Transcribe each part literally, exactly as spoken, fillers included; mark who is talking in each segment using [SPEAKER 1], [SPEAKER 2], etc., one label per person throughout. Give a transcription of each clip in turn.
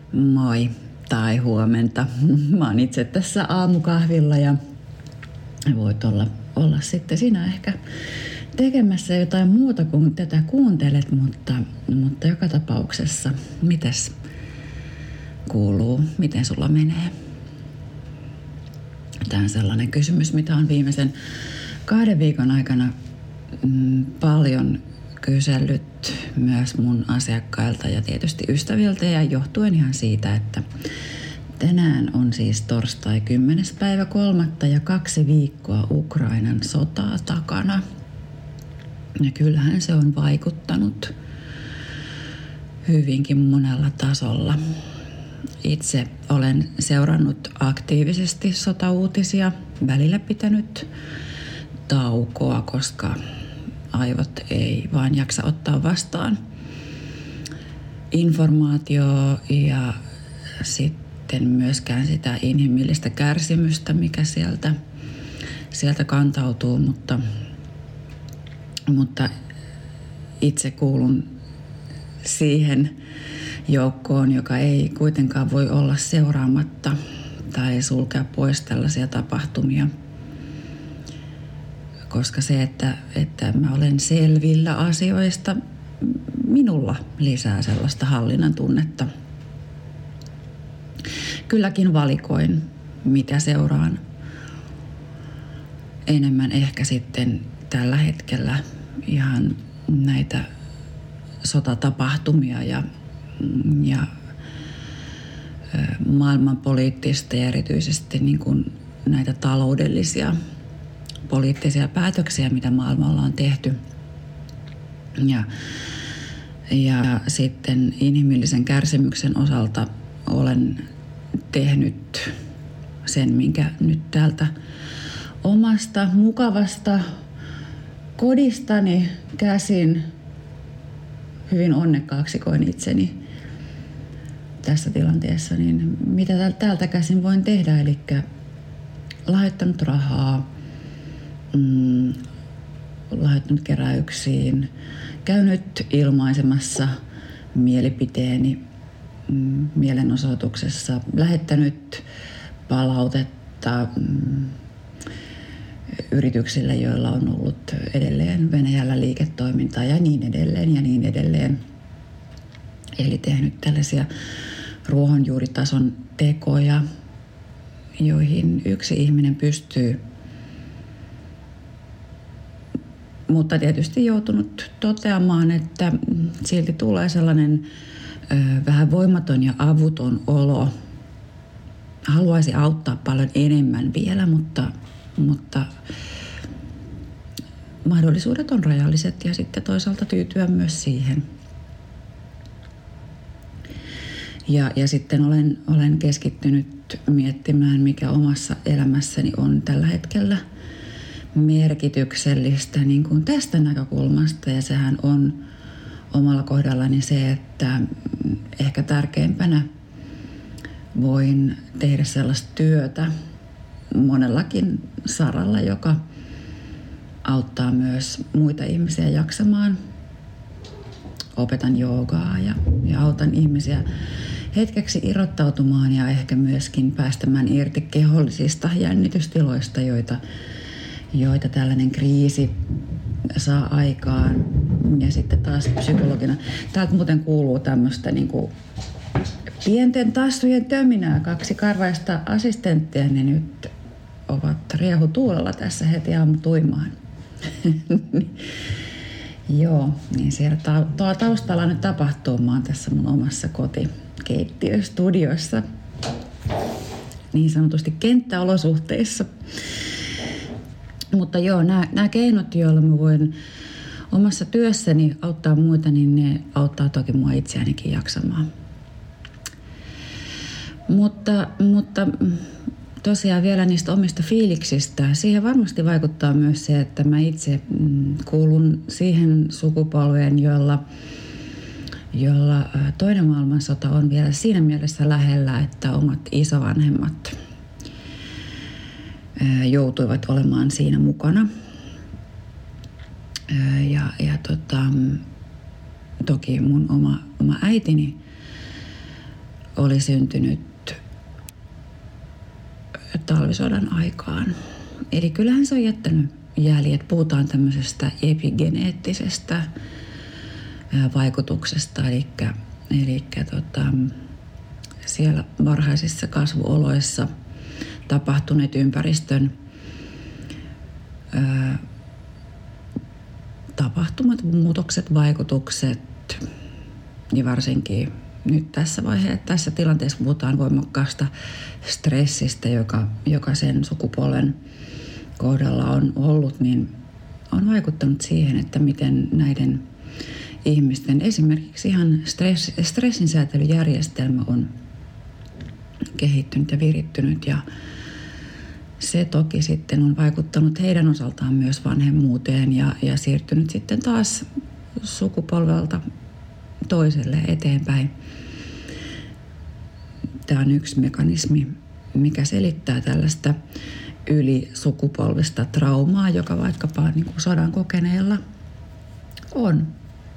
[SPEAKER 1] Moi tai huomenta. Mä oon itse tässä aamukahvilla ja voit olla, olla sitten sinä ehkä tekemässä jotain muuta kuin tätä kuuntelet, mutta, mutta joka tapauksessa mites kuuluu, miten sulla menee? Tämä on sellainen kysymys, mitä on viimeisen kahden viikon aikana mm, paljon kysellyt myös mun asiakkailta ja tietysti ystäviltä ja johtuen ihan siitä, että tänään on siis torstai kymmenes päivä kolmatta ja kaksi viikkoa Ukrainan sotaa takana. Ja kyllähän se on vaikuttanut hyvinkin monella tasolla. Itse olen seurannut aktiivisesti sotauutisia, välillä pitänyt taukoa, koska aivot ei vaan jaksa ottaa vastaan informaatiota ja sitten myöskään sitä inhimillistä kärsimystä, mikä sieltä, sieltä kantautuu, mutta, mutta itse kuulun siihen joukkoon, joka ei kuitenkaan voi olla seuraamatta tai sulkea pois tällaisia tapahtumia. Koska se, että, että mä olen selvillä asioista, minulla lisää sellaista hallinnan tunnetta. Kylläkin valikoin, mitä seuraan. Enemmän ehkä sitten tällä hetkellä ihan näitä sotatapahtumia ja, ja maailmanpoliittista ja erityisesti niin kuin näitä taloudellisia poliittisia päätöksiä, mitä maailmalla on tehty. Ja, ja sitten inhimillisen kärsimyksen osalta olen tehnyt sen, minkä nyt täältä omasta mukavasta kodistani käsin hyvin onnekkaaksi koin itseni tässä tilanteessa, niin mitä täältä käsin voin tehdä, eli lahjoittanut rahaa, mm, lahjoittanut keräyksiin, käynyt ilmaisemassa mielipiteeni mm, mielenosoituksessa, lähettänyt palautetta mm, yrityksille, joilla on ollut edelleen Venäjällä liiketoimintaa ja niin edelleen ja niin edelleen. Eli tehnyt tällaisia ruohonjuuritason tekoja, joihin yksi ihminen pystyy. Mutta tietysti joutunut toteamaan, että silti tulee sellainen ö, vähän voimaton ja avuton olo. Haluaisi auttaa paljon enemmän vielä, mutta, mutta mahdollisuudet on rajalliset ja sitten toisaalta tyytyä myös siihen. Ja, ja sitten olen, olen keskittynyt miettimään, mikä omassa elämässäni on tällä hetkellä merkityksellistä niin kuin tästä näkökulmasta. Ja sehän on omalla kohdallani se, että ehkä tärkeimpänä voin tehdä sellaista työtä monellakin saralla, joka auttaa myös muita ihmisiä jaksamaan. Opetan joogaa ja, ja autan ihmisiä hetkeksi irrottautumaan ja ehkä myöskin päästämään irti kehollisista jännitystiloista, joita, joita tällainen kriisi saa aikaan. Ja sitten taas psykologina. Täältä muuten kuuluu tämmöistä niin kuin pienten tassujen töminää. Kaksi karvaista assistenttia, ne nyt ovat riehutuulella tässä heti aamutuimaan. Joo, niin siellä ta- taustalla nyt tapahtuu. Mä oon tässä mun omassa kotikeittiöstudiossa, niin sanotusti kenttäolosuhteissa. Mutta joo, nämä keinot, joilla mä voin omassa työssäni auttaa muita, niin ne auttaa toki mua itseänikin jaksamaan. Mutta, mutta tosiaan vielä niistä omista fiiliksistä. Siihen varmasti vaikuttaa myös se, että mä itse kuulun siihen sukupolveen, jolla, jolla toinen maailmansota on vielä siinä mielessä lähellä, että omat isovanhemmat joutuivat olemaan siinä mukana. Ja, ja tota, toki mun oma, oma äitini oli syntynyt talvisodan aikaan. Eli kyllähän se on jättänyt jäljet. Puhutaan tämmöisestä epigeneettisestä vaikutuksesta, eli, eli tota, siellä varhaisissa kasvuoloissa tapahtuneet ympäristön ää, tapahtumat, muutokset, vaikutukset ja varsinkin nyt tässä vaiheessa, tässä tilanteessa puhutaan voimakkaasta stressistä, joka, joka sen sukupolven kohdalla on ollut, niin on vaikuttanut siihen, että miten näiden ihmisten esimerkiksi ihan stress, stressinsäätelyjärjestelmä on kehittynyt ja virittynyt, ja se toki sitten on vaikuttanut heidän osaltaan myös vanhemmuuteen ja, ja siirtynyt sitten taas sukupolvelta toiselle eteenpäin. Tämä on yksi mekanismi, mikä selittää tällaista ylisukupolvista traumaa, joka vaikkapa niin kuin sodan kokeneella on.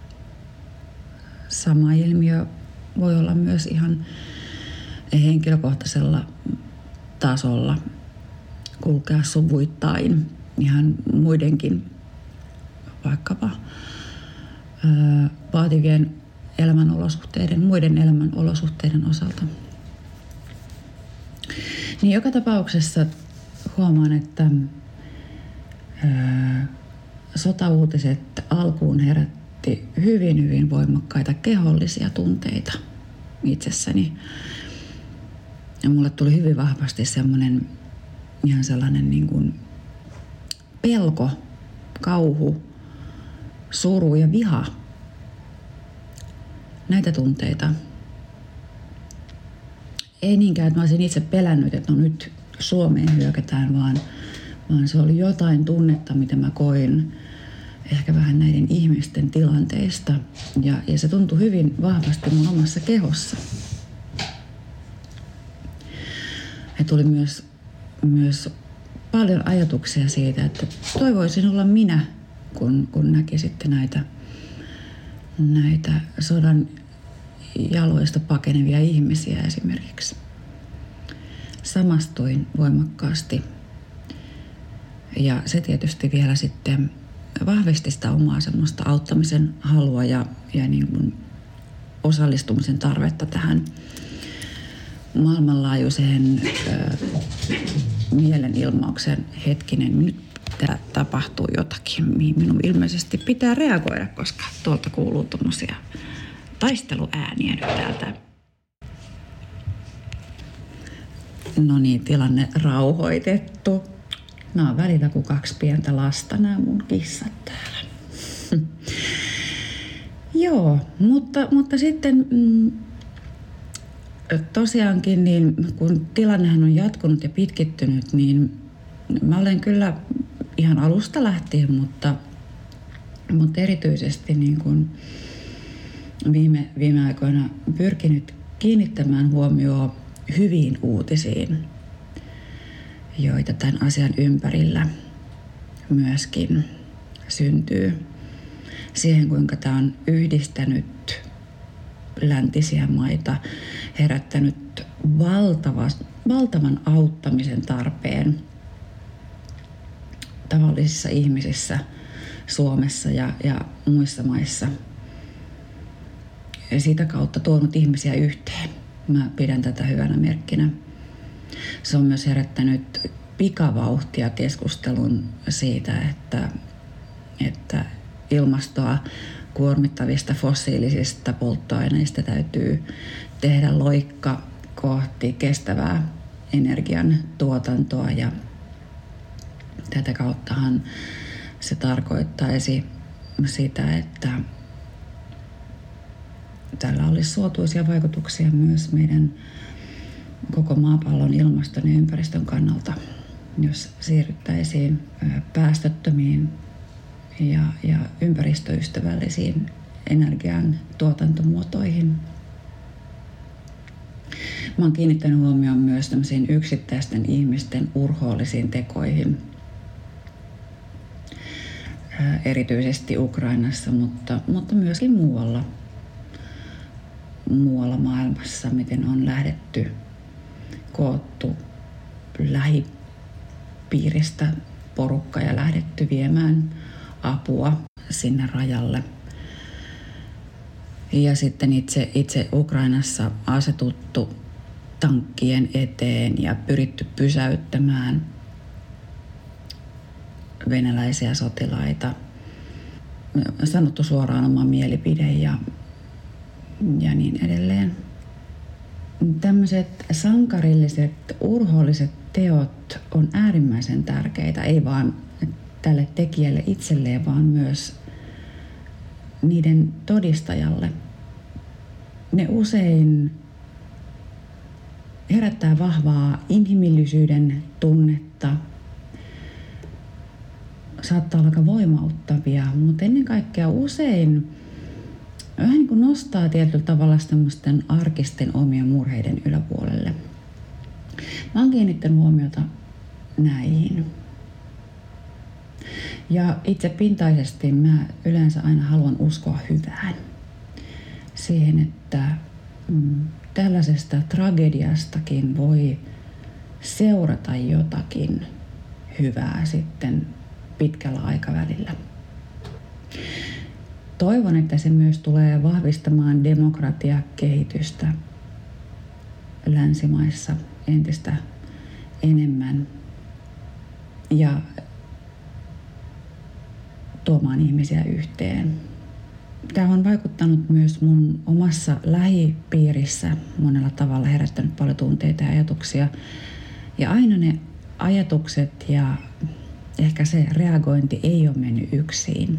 [SPEAKER 1] Sama ilmiö voi olla myös ihan henkilökohtaisella tasolla kulkea suvuittain ihan muidenkin vaikkapa ää, vaativien elämänolosuhteiden, muiden elämänolosuhteiden osalta. Niin joka tapauksessa huomaan, että ää, sotauutiset alkuun herätti hyvin, hyvin voimakkaita kehollisia tunteita itsessäni. Ja mulle tuli hyvin vahvasti semmoinen ihan sellainen niin kuin pelko, kauhu, suru ja viha. Näitä tunteita. Ei niinkään, että mä olisin itse pelännyt, että no nyt Suomeen hyökätään, vaan, vaan se oli jotain tunnetta, mitä mä koin ehkä vähän näiden ihmisten tilanteista. Ja, ja se tuntui hyvin vahvasti mun omassa kehossa. Ja tuli myös, myös paljon ajatuksia siitä, että toivoisin olla minä, kun, kun näki sitten näitä, näitä sodan jaloista pakenevia ihmisiä esimerkiksi. Samastuin voimakkaasti. Ja se tietysti vielä sitten vahvisti sitä omaa semmoista auttamisen halua ja, ja niin kuin osallistumisen tarvetta tähän maailmanlaajuiseen ö, mielenilmauksen. Hetkinen, nyt täällä tapahtuu jotakin, mihin minun ilmeisesti pitää reagoida, koska tuolta kuuluu tommosia taisteluääniä nyt täältä. No niin, tilanne rauhoitettu. Nämä on välillä kuin kaksi pientä lasta, nämä mun kissat täällä. Joo, mutta, mutta sitten mm, tosiaankin, niin kun tilannehan on jatkunut ja pitkittynyt, niin mä olen kyllä ihan alusta lähtien, mutta, mutta erityisesti niin kun viime, viime aikoina pyrkinyt kiinnittämään huomioon hyviin uutisiin, joita tämän asian ympärillä myöskin syntyy. Siihen, kuinka tämä on yhdistänyt läntisiä maita, herättänyt valtava, valtavan auttamisen tarpeen tavallisissa ihmisissä Suomessa ja, ja muissa maissa. Ja sitä kautta tuonut ihmisiä yhteen. Mä pidän tätä hyvänä merkkinä. Se on myös herättänyt pikavauhtia keskustelun siitä, että, että ilmastoa kuormittavista fossiilisista polttoaineista täytyy tehdä loikka kohti kestävää energian tuotantoa, ja tätä kauttahan se tarkoittaisi sitä, että tällä olisi suotuisia vaikutuksia myös meidän koko maapallon ilmaston ja ympäristön kannalta, jos siirryttäisiin päästöttömiin ja, ja ympäristöystävällisiin energian tuotantomuotoihin. Mä oon kiinnittänyt huomioon myös tämmöisiin yksittäisten ihmisten urhoollisiin tekoihin, erityisesti Ukrainassa, mutta, mutta myöskin muualla. muualla maailmassa, miten on lähdetty koottu lähipiiristä porukka ja lähdetty viemään apua sinne rajalle. Ja sitten itse, itse Ukrainassa asetuttu tankkien eteen ja pyritty pysäyttämään venäläisiä sotilaita. Sanottu suoraan oma mielipide ja, ja niin edelleen. Tämmöiset sankarilliset, urhoolliset teot on äärimmäisen tärkeitä, ei vaan tälle tekijälle itselleen, vaan myös niiden todistajalle. Ne usein herättää vahvaa inhimillisyyden tunnetta, saattaa olla aika voimauttavia, mutta ennen kaikkea usein vähän niin kuin nostaa tietyllä tavalla semmoisten arkisten omien murheiden yläpuolelle. Mä oon kiinnittänyt huomiota näihin. Ja itse pintaisesti mä yleensä aina haluan uskoa hyvään. Siihen, että mm, tällaisesta tragediastakin voi seurata jotakin hyvää sitten pitkällä aikavälillä. Toivon, että se myös tulee vahvistamaan demokratiakehitystä länsimaissa entistä enemmän ja tuomaan ihmisiä yhteen. Tämä on vaikuttanut myös mun omassa lähipiirissä monella tavalla, herättänyt paljon tunteita ja ajatuksia. Ja aina ne ajatukset ja ehkä se reagointi ei ole mennyt yksin.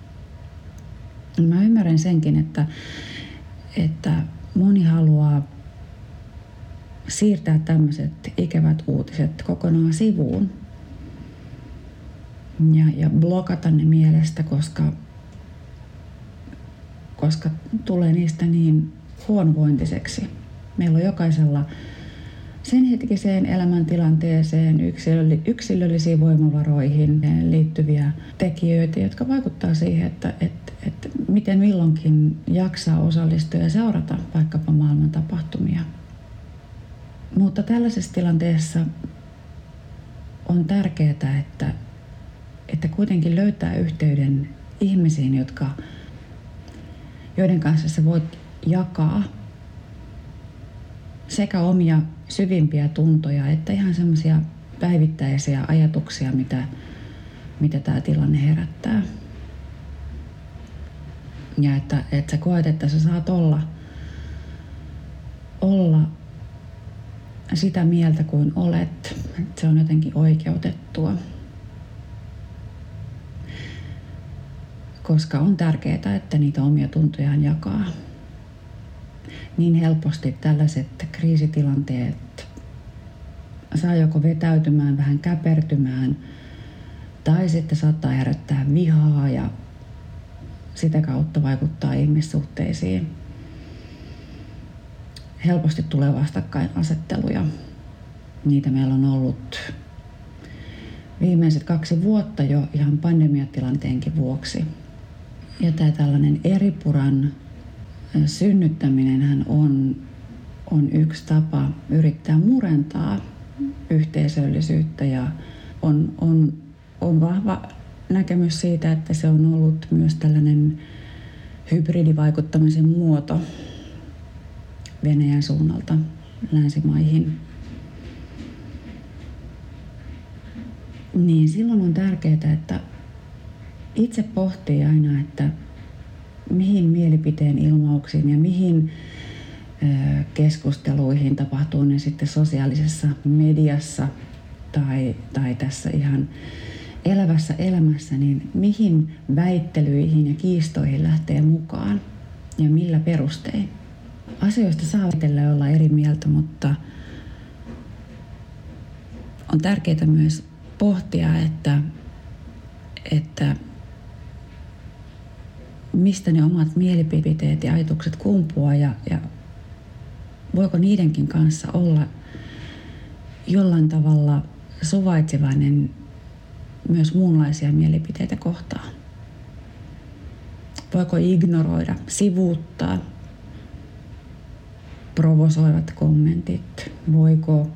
[SPEAKER 1] Mä ymmärrän senkin, että, että moni haluaa siirtää tämmöiset ikävät uutiset kokonaan sivuun ja, ja blokata ne mielestä, koska, koska tulee niistä niin huonovointiseksi. Meillä on jokaisella sen hetkiseen elämäntilanteeseen, yksilöllisiin voimavaroihin liittyviä tekijöitä, jotka vaikuttaa siihen, että, että, että miten milloinkin jaksaa osallistua ja seurata vaikkapa maailman tapahtumia. Mutta tällaisessa tilanteessa on tärkeää, että, että kuitenkin löytää yhteyden ihmisiin, jotka, joiden kanssa sä voit jakaa sekä omia syvimpiä tuntoja että ihan semmoisia päivittäisiä ajatuksia, mitä, mitä tämä tilanne herättää. Ja että, että sä koet, että sä saat olla, olla sitä mieltä kuin olet. Että se on jotenkin oikeutettua. Koska on tärkeää, että niitä omia tuntojaan jakaa. Niin helposti tällaiset kriisitilanteet saa joko vetäytymään, vähän käpertymään, tai sitten saattaa herättää vihaa ja sitä kautta vaikuttaa ihmissuhteisiin. Helposti tulee vastakkainasetteluja. Niitä meillä on ollut viimeiset kaksi vuotta jo ihan pandemiatilanteenkin vuoksi. Ja tämä tällainen eripuran synnyttäminenhän on, on yksi tapa yrittää murentaa yhteisöllisyyttä ja on, on, on vahva näkemys siitä, että se on ollut myös tällainen hybridivaikuttamisen muoto Venäjän suunnalta länsimaihin. Niin silloin on tärkeää, että itse pohtii aina, että mihin mielipiteen ilmauksiin ja mihin keskusteluihin tapahtuu ne sitten sosiaalisessa mediassa tai, tai tässä ihan elävässä elämässä, niin mihin väittelyihin ja kiistoihin lähtee mukaan ja millä perustein. Asioista saa väitellä olla eri mieltä, mutta on tärkeää myös pohtia, että, että mistä ne omat mielipiteet ja ajatukset kumpuaa ja, ja voiko niidenkin kanssa olla jollain tavalla suvaitsevainen myös muunlaisia mielipiteitä kohtaan. Voiko ignoroida, sivuuttaa provosoivat kommentit? Voiko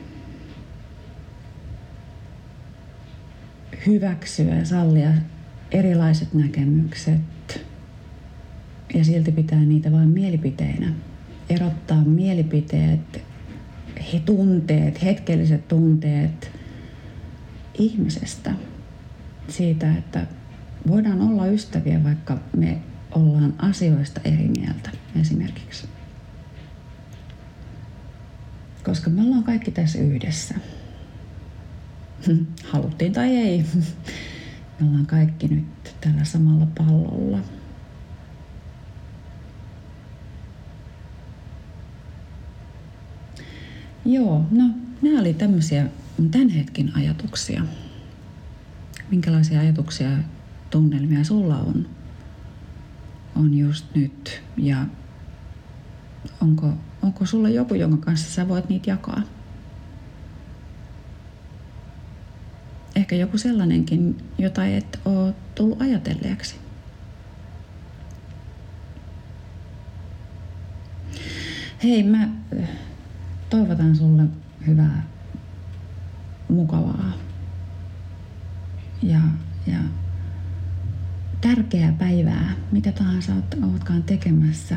[SPEAKER 1] hyväksyä ja sallia erilaiset näkemykset ja silti pitää niitä vain mielipiteinä? Erottaa mielipiteet, he tunteet, hetkelliset tunteet ihmisestä. Siitä, että voidaan olla ystäviä, vaikka me ollaan asioista eri mieltä esimerkiksi. Koska me ollaan kaikki tässä yhdessä. Haluttiin tai ei. Me ollaan kaikki nyt tällä samalla pallolla. Joo, no nämä oli tämmöisiä tämän hetken ajatuksia. Minkälaisia ajatuksia, tunnelmia sulla on, on just nyt? Ja onko, onko sulla joku, jonka kanssa sä voit niitä jakaa? Ehkä joku sellainenkin, jota et ole tullut ajatelleeksi. Hei, mä toivotan sulle hyvää, mukavaa ja, ja tärkeää päivää, mitä tahansa ootkaan tekemässä.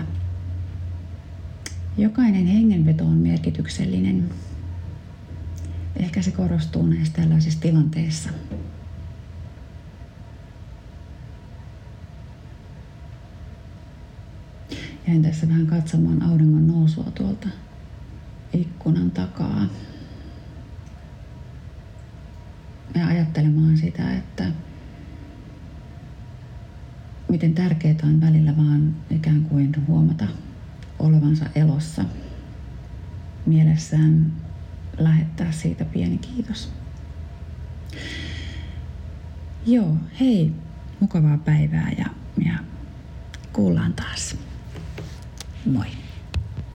[SPEAKER 1] Jokainen hengenveto on merkityksellinen. Ehkä se korostuu näissä tällaisissa tilanteissa. Jäin tässä vähän katsomaan auringon nousua tuolta ikkunan takaa. Ja ajattelemaan sitä, että miten tärkeää on välillä vaan ikään kuin huomata olevansa elossa. Mielessään lähettää siitä pieni kiitos. Joo, hei, mukavaa päivää ja, ja kuullaan taas. Moi.